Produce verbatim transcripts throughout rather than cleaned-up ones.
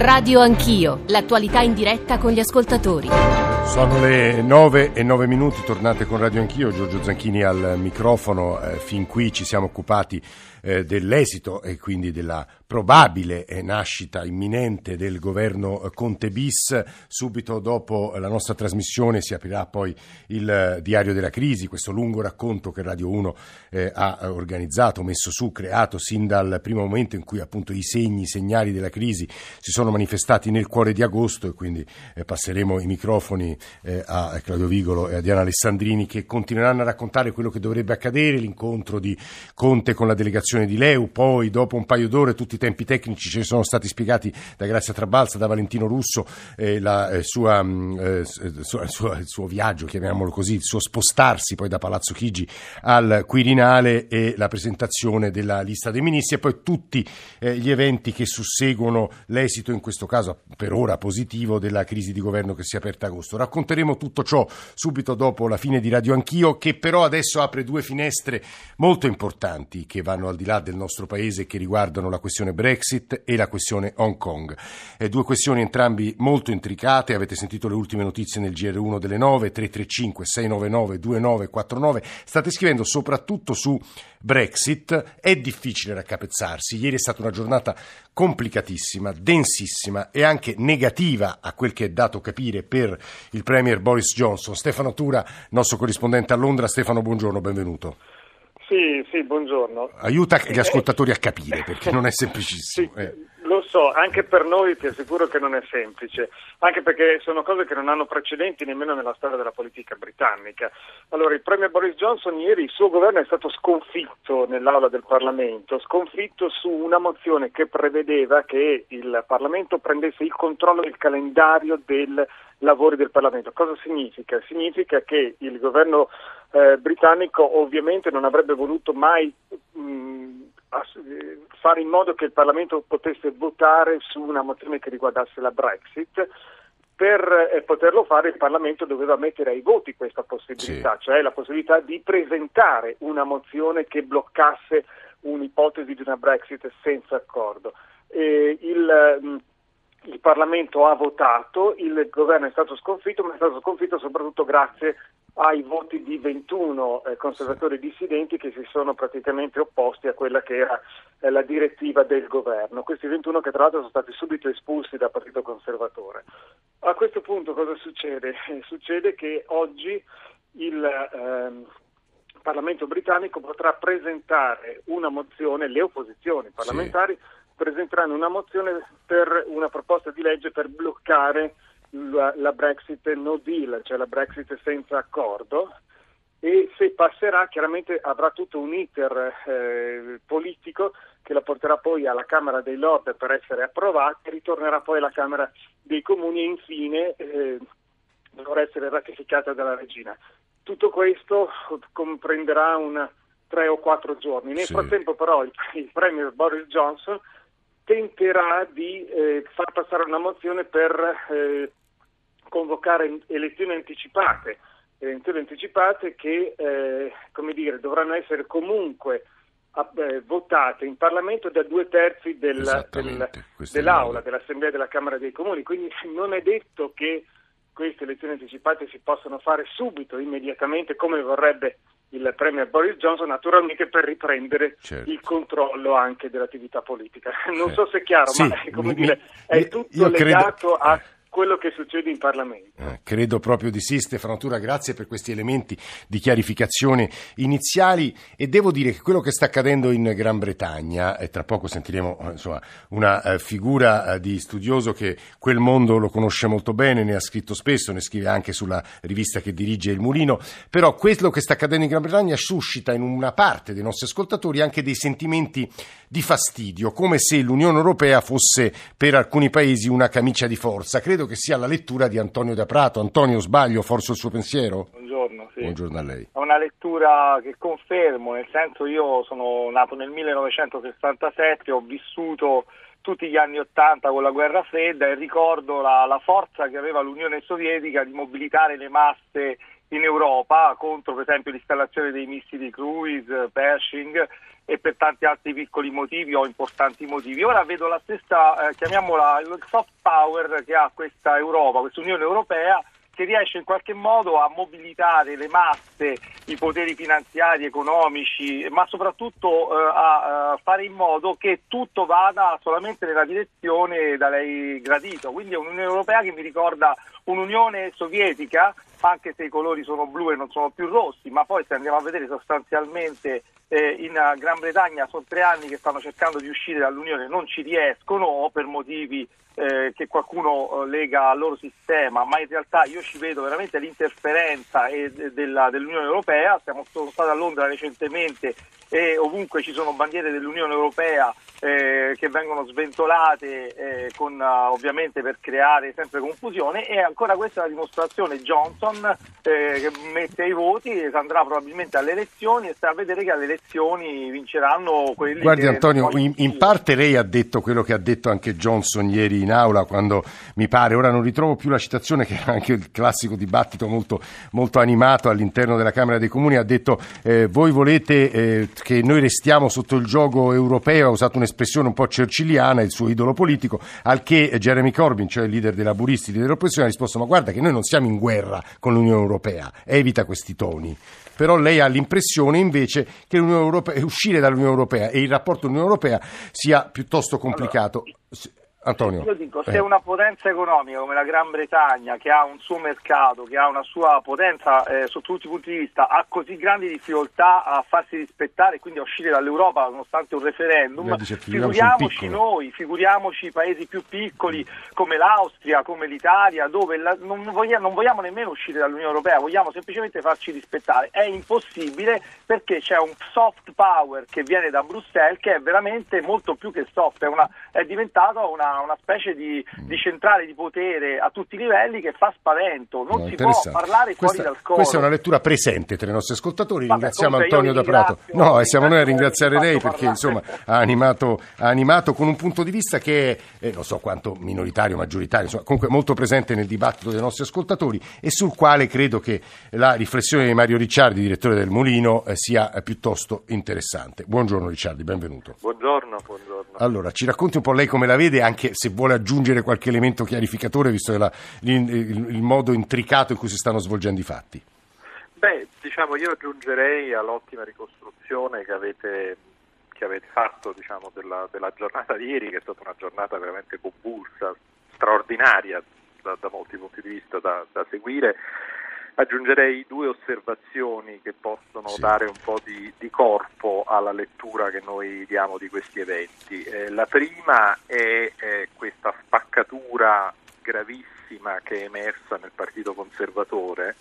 Radio Anch'io, l'attualità in diretta con gli ascoltatori. Sono le nove e nove minuti, tornate con Radio Anch'io, Giorgio Zanchini al microfono. Eh, fin qui ci siamo occupati eh, dell'esito e quindi della probabile eh, nascita imminente del governo Conte bis. Subito dopo la nostra trasmissione si aprirà poi il eh, diario della crisi, questo lungo racconto che Radio uno eh, ha organizzato, messo su, creato sin dal primo momento in cui appunto i segni, i segnali della crisi si sono manifestati nel cuore di agosto, e quindi eh, passeremo i microfoni Eh, a Claudio Vigolo e a Diana Alessandrini, che continueranno a raccontare quello che dovrebbe accadere, l'incontro di Conte con la delegazione di Leu. Poi dopo un paio d'ore tutti i tempi tecnici ci sono stati spiegati da Grazia Trabalza, da Valentino Russo, eh, la, eh, sua, eh, sua, sua, il suo viaggio, chiamiamolo così, il suo spostarsi poi da Palazzo Chigi al Quirinale e la presentazione della lista dei ministri, e poi tutti eh, gli eventi che susseguono l'esito, in questo caso per ora positivo, della crisi di governo che si è aperta a agosto. Racconteremo tutto ciò subito dopo la fine di Radio Anch'io, che però adesso apre due finestre molto importanti che vanno al di là del nostro paese, che riguardano la questione Brexit e la questione Hong Kong. Eh, due questioni entrambi molto intricate. Avete sentito le ultime notizie nel G R uno delle nove, tre tre cinque sei nove nove due nove quattro nove. State scrivendo soprattutto su Brexit. È difficile raccapezzarsi. Ieri è stata una giornata complicatissima, densissima e anche negativa a quel che è dato capire per il Premier Boris Johnson. Stefano Tura, nostro corrispondente a Londra. Stefano, buongiorno, benvenuto. Sì, sì, buongiorno. Aiuta gli ascoltatori a capire, perché non è semplicissimo. Sì, eh. Lo so, anche per noi ti assicuro che non è semplice, anche perché sono cose che non hanno precedenti nemmeno nella storia della politica britannica. Allora, il Premier Boris Johnson ieri, il suo governo è stato sconfitto nell'aula del Parlamento, sconfitto su una mozione che prevedeva che il Parlamento prendesse il controllo del calendario dei lavori del Parlamento. Cosa significa? Significa che il governo eh, britannico ovviamente non avrebbe voluto mai mh, fare in modo che il Parlamento potesse votare su una mozione che riguardasse la Brexit. Per eh, poterlo fare il Parlamento doveva mettere ai voti questa possibilità, sì. Cioè la possibilità di presentare una mozione che bloccasse un'ipotesi di una Brexit senza accordo. E il, mh, il Parlamento ha votato, il governo è stato sconfitto, ma è stato sconfitto soprattutto grazie ai voti di ventuno eh, conservatori dissidenti che si sono praticamente opposti a quella che era eh, la direttiva del governo. Questi ventuno che tra l'altro sono stati subito espulsi dal Partito Conservatore. A questo punto cosa succede? Eh, succede che oggi il ehm, Parlamento britannico potrà presentare una mozione, le opposizioni parlamentari sì. presenteranno una mozione per una proposta di legge per bloccare La, la Brexit no deal, cioè la Brexit senza accordo, e se passerà chiaramente avrà tutto un iter eh, politico che la porterà poi alla Camera dei Lord per essere approvata, ritornerà poi alla Camera dei Comuni e infine eh, dovrà essere ratificata dalla Regina. Tutto questo comprenderà una tre o quattro giorni. Nel sì. frattempo però il, il Premier Boris Johnson tenterà di eh, far passare una mozione per eh, convocare elezioni anticipate, elezioni anticipate che eh, come dire, dovranno essere comunque eh, votate in Parlamento da due terzi del, del, dell'Aula, dell'Assemblea della Camera dei Comuni, quindi non è detto che queste elezioni anticipate si possano fare subito, immediatamente, come vorrebbe il Premier Boris Johnson, naturalmente per riprendere certo. il controllo anche dell'attività politica. Non certo. so se è chiaro, sì, ma come mi, dire, è mi, tutto legato credo... a quello che succede in Parlamento. Eh, credo proprio di sì. Stefano Tura, grazie per questi elementi di chiarificazione iniziali, e devo dire che quello che sta accadendo in Gran Bretagna, e tra poco sentiremo insomma una uh, figura uh, di studioso che quel mondo lo conosce molto bene, ne ha scritto spesso, ne scrive anche sulla rivista che dirige Il Mulino, però quello che sta accadendo in Gran Bretagna suscita in una parte dei nostri ascoltatori anche dei sentimenti di fastidio, come se l'Unione Europea fosse per alcuni paesi una camicia di forza. Credo che sia la lettura di Antonio Da Prato. Antonio, sbaglio? Forse il suo pensiero? Buongiorno, sì. Buongiorno a lei. È una lettura che confermo, nel senso, io sono nato nel millenovecentosessantasette, ho vissuto tutti gli anni Ottanta con la guerra fredda e ricordo la, la forza che aveva l'Unione Sovietica di mobilitare le masse in Europa contro, per esempio, l'installazione dei missili Cruise, Pershing, e per tanti altri piccoli motivi o importanti motivi. Ora vedo la stessa, eh, chiamiamola il soft power che ha questa Europa, questa Unione Europea, che riesce in qualche modo a mobilitare le masse, i poteri finanziari, economici, ma soprattutto eh, a, a fare in modo che tutto vada solamente nella direzione da lei gradito. Quindi è un'Unione Europea che mi ricorda un'Unione Sovietica, anche se i colori sono blu e non sono più rossi, ma poi se andiamo a vedere sostanzialmente eh, in Gran Bretagna sono tre anni che stanno cercando di uscire dall'Unione, non ci riescono o per motivi Eh, che qualcuno eh, lega al loro sistema, ma in realtà io ci vedo veramente l'interferenza e, de, della, dell'Unione Europea. Siamo sono stati a Londra recentemente e ovunque ci sono bandiere dell'Unione Europea eh, che vengono sventolate eh, con uh, ovviamente per creare sempre confusione, e ancora questa è la dimostrazione. Johnson eh, che mette i voti, andrà probabilmente alle elezioni e sta a vedere che alle elezioni vinceranno quelli. Guardi che Antonio, in, in parte lei ha detto quello che ha detto anche Johnson ieri in aula, quando mi pare, ora non ritrovo più la citazione, che era anche il classico dibattito molto, molto animato all'interno della Camera dei Comuni, ha detto eh, voi volete eh, che noi restiamo sotto il giogo europeo, ha usato un'espressione un po' churchilliana, il suo idolo politico, al che Jeremy Corbyn, cioè il leader dei laburisti, il leader dell'opposizione, ha risposto: ma guarda che noi non siamo in guerra con l'Unione Europea, evita questi toni. Però lei ha l'impressione invece che l'Unione Europea, uscire dall'Unione Europea e il rapporto dell'Unione Europea sia piuttosto complicato. Allora, Antonio. Io dico, se eh. una potenza economica come la Gran Bretagna, che ha un suo mercato, che ha una sua potenza eh, sotto tutti i punti di vista, ha così grandi difficoltà a farsi rispettare e quindi a uscire dall'Europa nonostante un referendum, dice, figuriamoci noi, figuriamoci i paesi più piccoli come l'Austria, come l'Italia, dove la, non, vogliamo, non vogliamo nemmeno uscire dall'Unione Europea, vogliamo semplicemente farci rispettare. È impossibile perché c'è un soft power che viene da Bruxelles che è veramente molto più che soft, è, una, è diventato una una specie di, di centrale di potere a tutti i livelli che fa spavento, non no, si può parlare fuori questa, dal coro. Questa è una lettura presente tra i nostri ascoltatori. Vabbè, ringraziamo comunque, Antonio da Prato. No, e siamo noi a ringraziare lei perché insomma ha animato, ha animato con un punto di vista che è, eh, non so quanto minoritario, maggioritario, insomma, comunque molto presente nel dibattito dei nostri ascoltatori e sul quale credo che la riflessione di Mario Ricciardi, direttore del Mulino, eh, sia eh, piuttosto interessante. Buongiorno Ricciardi, benvenuto. Buongiorno, buongiorno. Allora, ci racconti un po' lei come la vede, anche se vuole aggiungere qualche elemento chiarificatore, visto la, il, il, il modo intricato in cui si stanno svolgendo i fatti. Beh, diciamo, io aggiungerei all'ottima ricostruzione che avete, che avete fatto, diciamo, della, della giornata di ieri, che è stata una giornata veramente convulsa, straordinaria da, da molti punti di vista da, da seguire. Aggiungerei due osservazioni che possono sì. dare un po' di, di corpo alla lettura che noi diamo di questi eventi. Eh, la prima è eh, questa spaccatura gravissima che è emersa nel Partito Conservatore,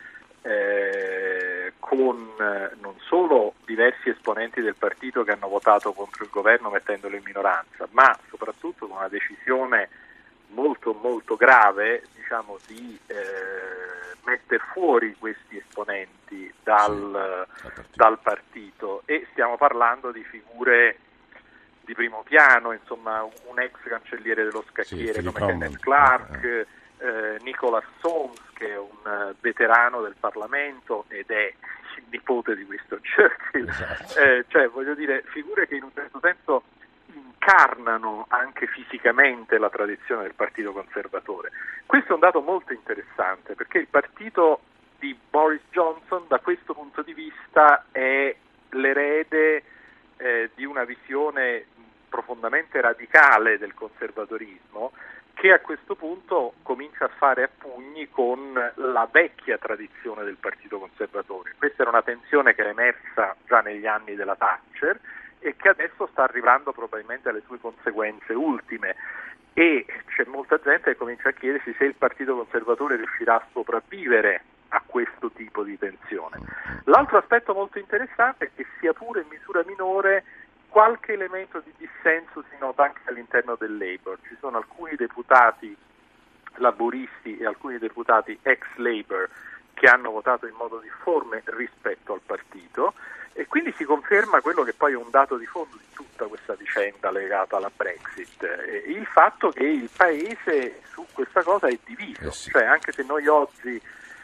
eh, con eh, non solo diversi esponenti del partito che hanno votato contro il governo mettendolo in minoranza, ma soprattutto con una decisione molto molto grave, diciamo, di eh, mettere fuori questi esponenti dal, sì, partito. dal partito, e stiamo parlando di figure di primo piano, insomma un ex cancelliere dello scacchiere sì, come Kenneth Clark, eh. Eh, Nicholas Soames, che è un veterano del Parlamento ed è il nipote di Winston Churchill, esatto. eh, cioè voglio dire figure che in un certo senso incarnano anche fisicamente la tradizione del Partito Conservatore. Questo è un dato molto interessante perché il partito di Boris Johnson da questo punto di vista è l'erede eh, di una visione profondamente radicale del conservatorismo che a questo punto comincia a fare a pugni con la vecchia tradizione del Partito Conservatore. Questa era una tensione che era emersa già negli anni della Thatcher e che adesso sta arrivando probabilmente alle sue conseguenze ultime, e c'è molta gente che comincia a chiedersi se il Partito Conservatore riuscirà a sopravvivere a questo tipo di tensione. L'altro aspetto molto interessante è che, sia pure in misura minore, qualche elemento di dissenso si nota anche all'interno del Labour. Ci sono alcuni deputati laburisti e alcuni deputati ex-Labour che hanno votato in modo difforme rispetto al partito, e quindi si conferma quello che poi è un dato di fondo di tutta questa vicenda legata alla Brexit, eh, il fatto che il paese su questa cosa è diviso, eh sì. cioè anche se noi oggi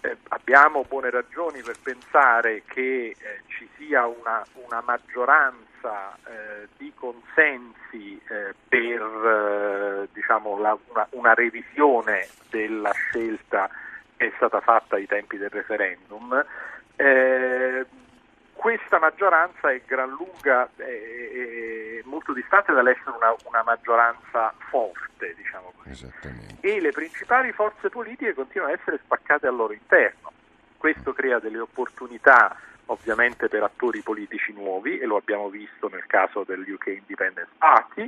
eh, abbiamo buone ragioni per pensare che eh, ci sia una, una maggioranza eh, di consensi eh, per eh, diciamo la, una, una revisione della scelta che è stata fatta ai tempi del referendum. Eh, questa maggioranza è gran lunga eh, molto distante dall'essere una, una maggioranza forte, diciamo così. E le principali forze politiche continuano a essere spaccate al loro interno. Questo crea delle opportunità ovviamente per attori politici nuovi, e lo abbiamo visto nel caso dell'U K Independence Party,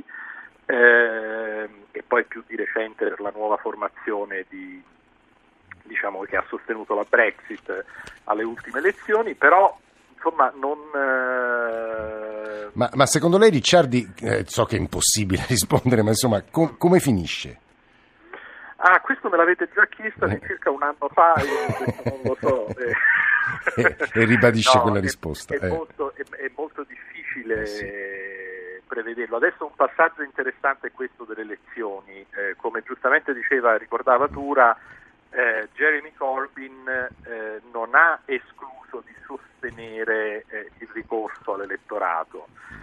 eh, e poi più di recente per la nuova formazione di, diciamo, che ha sostenuto la Brexit alle ultime elezioni, però insomma non... Eh... Ma, ma secondo lei, Ricciardi, eh, so che è impossibile rispondere, ma insomma com- come finisce? Ah, questo me l'avete già chiesto eh. circa un anno fa, io non lo so. Eh. e, e ribadisce no, quella è, risposta. È, eh. molto, è, è molto difficile eh sì. prevederlo. Adesso un passaggio interessante è questo delle elezioni. Eh, come giustamente diceva, ricordava Tura, eh, Jeremy Corbyn eh, non ha escluso di sostenere eh, il ricorso all'elettorato.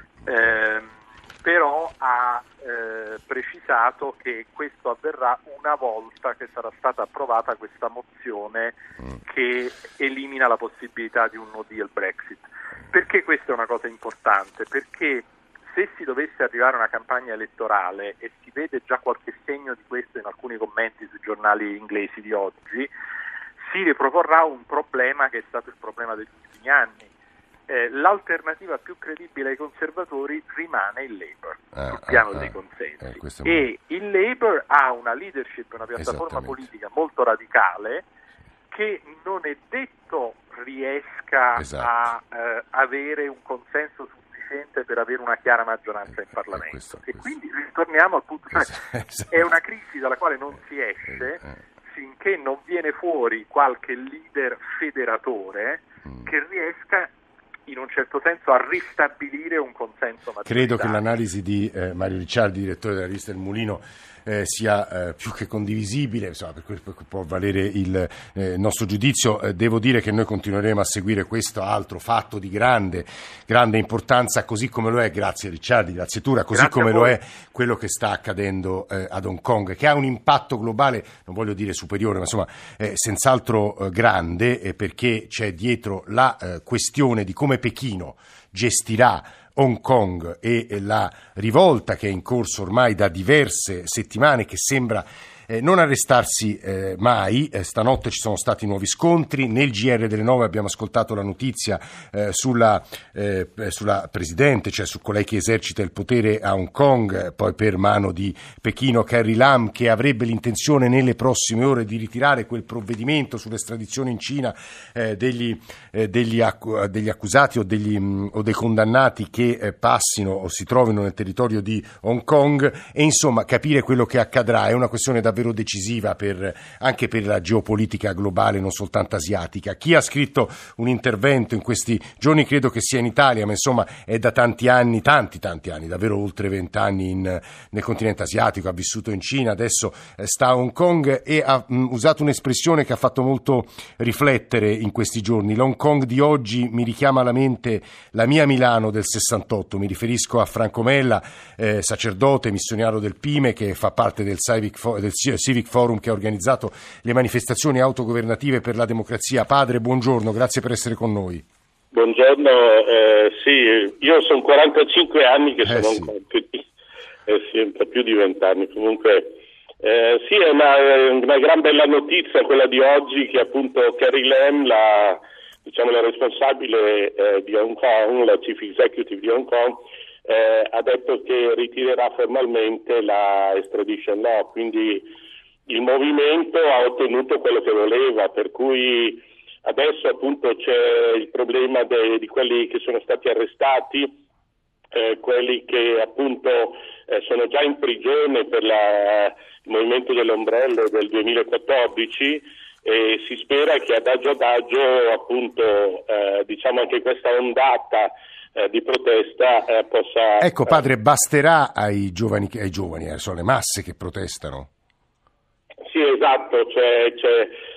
Eh, però ha eh, precisato che questo avverrà una volta che sarà stata approvata questa mozione che elimina la possibilità di un no deal Brexit. Perché questa è una cosa importante? Perché se si dovesse arrivare a una campagna elettorale, e si vede già qualche segno di questo in alcuni commenti sui giornali inglesi di oggi, si riproporrà un problema che è stato il problema degli ultimi anni. Eh, l'alternativa più credibile ai conservatori rimane il Labour ah, sul piano ah, dei consensi eh, e il Labour ha una leadership, una piattaforma politica molto radicale che non è detto riesca esatto. a eh, avere un consenso sufficiente per avere una chiara maggioranza in Parlamento, eh, questo, questo. E quindi ritorniamo al punto, cioè esatto. è una crisi dalla quale non si esce eh, finché non viene fuori qualche leader federatore mm. che riesca in un certo senso a ristabilire un consenso maggioritario. Credo che l'analisi di eh, Mario Ricciardi, direttore della rivista Il Mulino, eh, sia eh, più che condivisibile, insomma, per cui può valere il eh, nostro giudizio. Eh, devo dire che noi continueremo a seguire questo altro fatto di grande, grande importanza, così come lo è, grazie Ricciardi, grazie Tura, così grazie come lo è quello che sta accadendo eh, ad Hong Kong, che ha un impatto globale, non voglio dire superiore, ma insomma eh, senz'altro eh, grande, eh, perché c'è dietro la eh, questione di come Pechino gestirà Hong Kong e la rivolta che è in corso ormai da diverse settimane, che sembra eh, non arrestarsi eh, mai. Eh, stanotte ci sono stati nuovi scontri. Nel G R delle nove abbiamo ascoltato la notizia eh, sulla, eh, sulla presidente, cioè su colei che esercita il potere a Hong Kong, poi per mano di Pechino, Carrie Lam, che avrebbe l'intenzione nelle prossime ore di ritirare quel provvedimento sull'estradizione in Cina eh, degli, eh, degli, accu- degli accusati o, degli, mh, o dei condannati che eh, passino o si trovino nel territorio di Hong Kong. E insomma capire quello che accadrà è una questione davvero decisiva per, anche per la geopolitica globale, non soltanto asiatica. Chi ha scritto un intervento in questi giorni, credo che sia in Italia, ma insomma è da tanti anni, tanti tanti anni, davvero oltre vent'anni in, nel continente asiatico, ha vissuto in Cina, adesso sta a Hong Kong e ha mh, usato un'espressione che ha fatto molto riflettere in questi giorni. L'Hong Kong di oggi mi richiama alla mente la mia Milano del sessantotto, mi riferisco a Franco Mella, eh, sacerdote, missionario del Pime, che fa parte del Civic, Fo- del Civic Forum che ha organizzato le manifestazioni autogovernative per la democrazia. Padre, buongiorno, grazie per essere con noi. Buongiorno, eh, sì, io sono quarantacinque anni che eh, sono sì. un compiti, eh, sì, un po' più di vent'anni comunque. Eh, sì, è una, una gran bella notizia quella di oggi, che appunto Carrie Lam, la, diciamo, la responsabile eh, di Hong Kong, la Chief Executive di Hong Kong, eh, ha detto che ritirerà formalmente la extradition law, quindi il movimento ha ottenuto quello che voleva, per cui adesso appunto c'è il problema de, di quelli che sono stati arrestati, eh, quelli che appunto eh, sono già in prigione per la, il movimento delle ombrelle del duemilaquattordici, e si spera che adagio adagio appunto eh, diciamo anche questa ondata eh, di protesta eh, possa... Ecco padre, basterà ai giovani, ai giovani, eh, sono le masse che protestano? Sì, esatto, cioè, cioè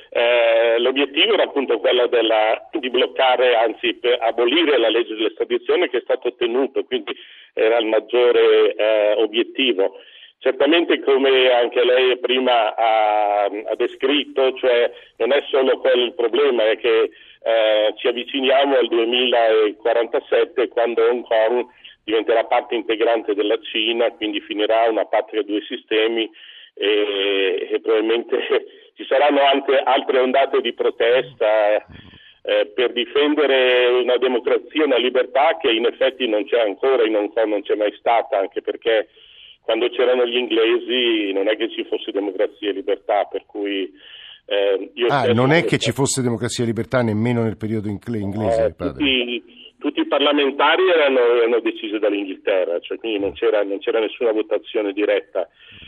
eh, l'obiettivo era appunto quello della, di bloccare, anzi per abolire la legge dell'estradizione, che è stato ottenuto, quindi era il maggiore eh, obiettivo. Certamente, come anche lei prima ha, ha descritto, cioè non è solo quello il problema, è che eh, ci avviciniamo al duemilaquarantasette, quando Hong Kong diventerà parte integrante della Cina, quindi finirà una patria a due sistemi e, e probabilmente ci saranno anche altre ondate di protesta eh, per difendere una democrazia, una libertà che in effetti non c'è ancora in Hong Kong, non c'è mai stata, anche perché quando c'erano gli inglesi non è che ci fosse democrazia e libertà, per cui eh, io ah, non è che ci fosse democrazia e libertà nemmeno nel periodo inglese, eh, padre. Tutti, tutti i parlamentari erano, erano decisi dall'Inghilterra, cioè quindi non c'era, non c'era nessuna votazione diretta.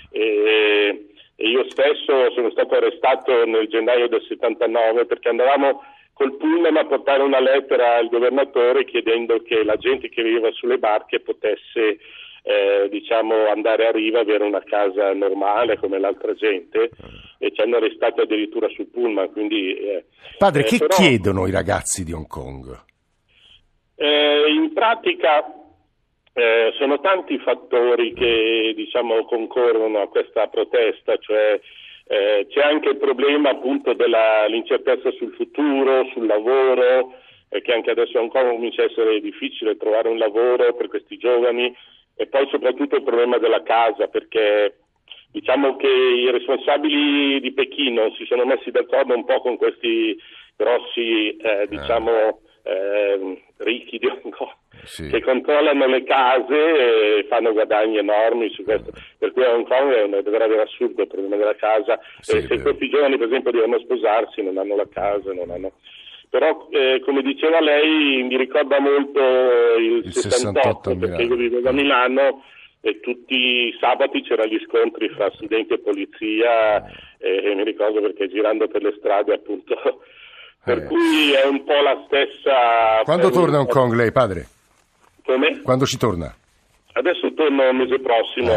E, e io stesso sono stato arrestato nel gennaio del settantanove perché andavamo col pullman a portare una lettera al governatore chiedendo che la gente che viveva sulle barche potesse Eh, diciamo andare a riva, avere una casa normale come l'altra gente, e ci hanno arrestato addirittura sul pullman. Quindi, eh, padre, eh, che però, chiedono i ragazzi di Hong Kong? Eh, in pratica eh, sono tanti fattori che diciamo concorrono a questa protesta, cioè eh, c'è anche il problema appunto dell'incertezza sul futuro, sul lavoro, eh, che anche adesso a Hong Kong comincia a essere difficile trovare un lavoro per questi giovani. E poi soprattutto il problema della casa, perché diciamo che i responsabili di Pechino si sono messi d'accordo un po' con questi grossi, eh, diciamo, eh, ricchi di Hong Kong, sì, che controllano le case e fanno guadagni enormi su questo. Per cui a Hong Kong è, è davvero assurdo il problema della casa. Sì, e se questi giovani, per esempio, devono sposarsi, non hanno la casa, non hanno... Però, eh, come diceva lei, mi ricorda molto il, il sessantotto, perché io vivevo a Milano e tutti i sabati c'erano gli scontri fra studenti e polizia, e, e mi ricordo perché girando per le strade, appunto, per eh. cui è un po' la stessa... Quando torna a Hong Kong lei, padre? Come? Quando ci torna? Adesso torno il mese prossimo.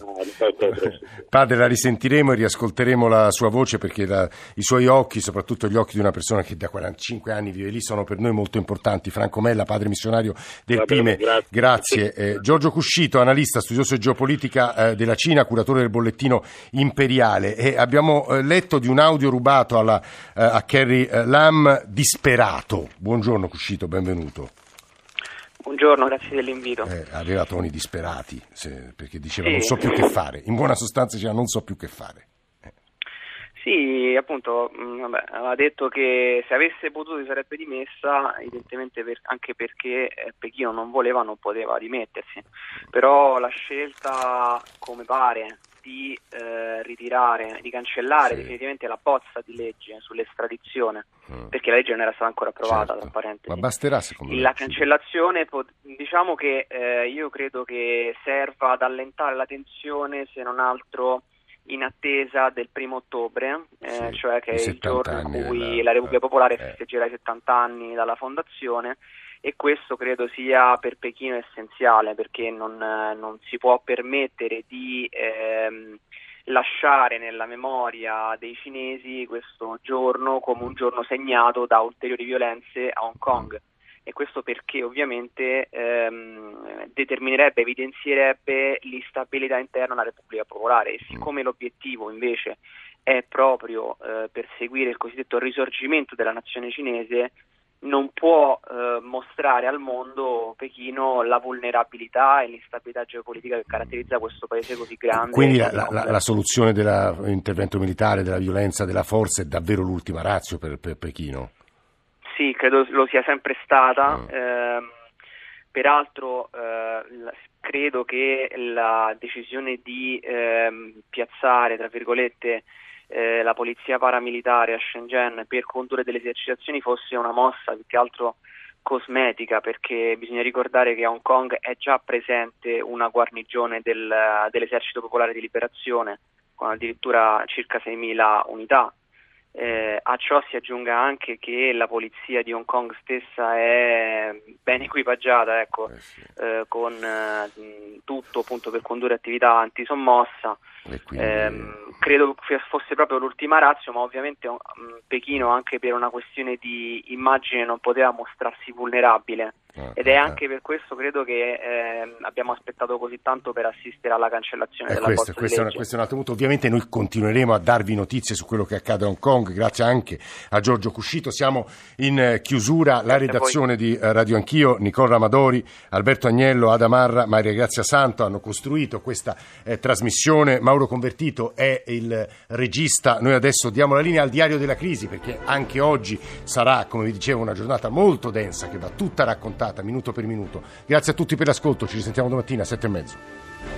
Padre, la risentiremo e riascolteremo la sua voce, perché la, i suoi occhi, soprattutto gli occhi di una persona che da quarantacinque anni vive lì, sono per noi molto importanti. Franco Mella, padre missionario del P I M E, grazie. grazie. Eh, Giorgio Cuscito, analista, studioso di geopolitica eh, della Cina, curatore del bollettino imperiale. E abbiamo eh, letto di un audio rubato alla, eh, a Carrie eh, Lam, disperato. Buongiorno Cuscito, benvenuto. Buongiorno, grazie dell'invito. Eh, aveva toni disperati, se, perché diceva sì. non so più che fare, in buona sostanza diceva non so più che fare. Eh. Sì, appunto, mh, vabbè, aveva detto che se avesse potuto si sarebbe dimessa, evidentemente per, anche perché eh, Pechino non voleva, non poteva dimettersi, però la scelta, come pare, di eh, ritirare, di cancellare sì. definitivamente la bozza di legge sull'estradizione, mm. perché la legge non era stata ancora approvata, certo. tra parentesi. Ma basterà secondo me? La cancellazione, diciamo che eh, io credo che serva ad allentare la tensione, se non altro in attesa del primo ottobre, eh, sì, cioè che è il giorno in cui della... la Repubblica Popolare eh. festeggerà i settanta anni dalla fondazione. E questo credo sia per Pechino essenziale, perché non, non si può permettere di ehm, lasciare nella memoria dei cinesi questo giorno come un giorno segnato da ulteriori violenze a Hong Kong. E questo perché ovviamente ehm, determinerebbe, evidenzierebbe l'instabilità interna alla Repubblica Popolare. E siccome l'obiettivo invece è proprio eh, perseguire il cosiddetto risorgimento della nazione cinese, non può eh, mostrare al mondo Pechino la vulnerabilità e l'instabilità geopolitica che caratterizza questo paese così grande. Quindi la, la, la soluzione dell'intervento militare, della violenza, della forza è davvero l'ultima ratio per, per Pechino? Sì, credo lo sia sempre stata. Mm. Eh, peraltro eh, credo che la decisione di eh, piazzare, tra virgolette, Eh, la polizia paramilitare a Shenzhen per condurre delle esercitazioni fosse una mossa più che altro cosmetica, perché bisogna ricordare che a Hong Kong è già presente una guarnigione del, dell'esercito popolare di liberazione con addirittura circa seimila unità, Eh, a ciò si aggiunga anche che la polizia di Hong Kong stessa è ben equipaggiata, ecco, eh sì. eh, con eh, tutto appunto per condurre attività antisommossa. Quindi... Eh, credo fosse proprio l'ultima ratio, ma ovviamente um, Pechino, anche per una questione di immagine, non poteva mostrarsi vulnerabile. Ah, ed è anche eh. per questo credo che eh, abbiamo aspettato così tanto per assistere alla cancellazione eh, della questo, bozza questo, di legge. Questo è un altro punto. Ovviamente noi continueremo a darvi notizie su quello che accade a Hong Kong, grazie anche a Giorgio Cuscito. Siamo in chiusura, la redazione di Radio Anch'io, Nicola Ramadori, Alberto Agnello, Ada Marra, Maria Grazia Santo hanno costruito questa eh, trasmissione. Mauro Convertito è il regista. Noi adesso diamo la linea al Diario della Crisi, perché anche oggi sarà, come vi dicevo, una giornata molto densa che va tutta raccontata minuto per minuto. Grazie a tutti per l'ascolto, ci risentiamo domattina a sette e mezzo.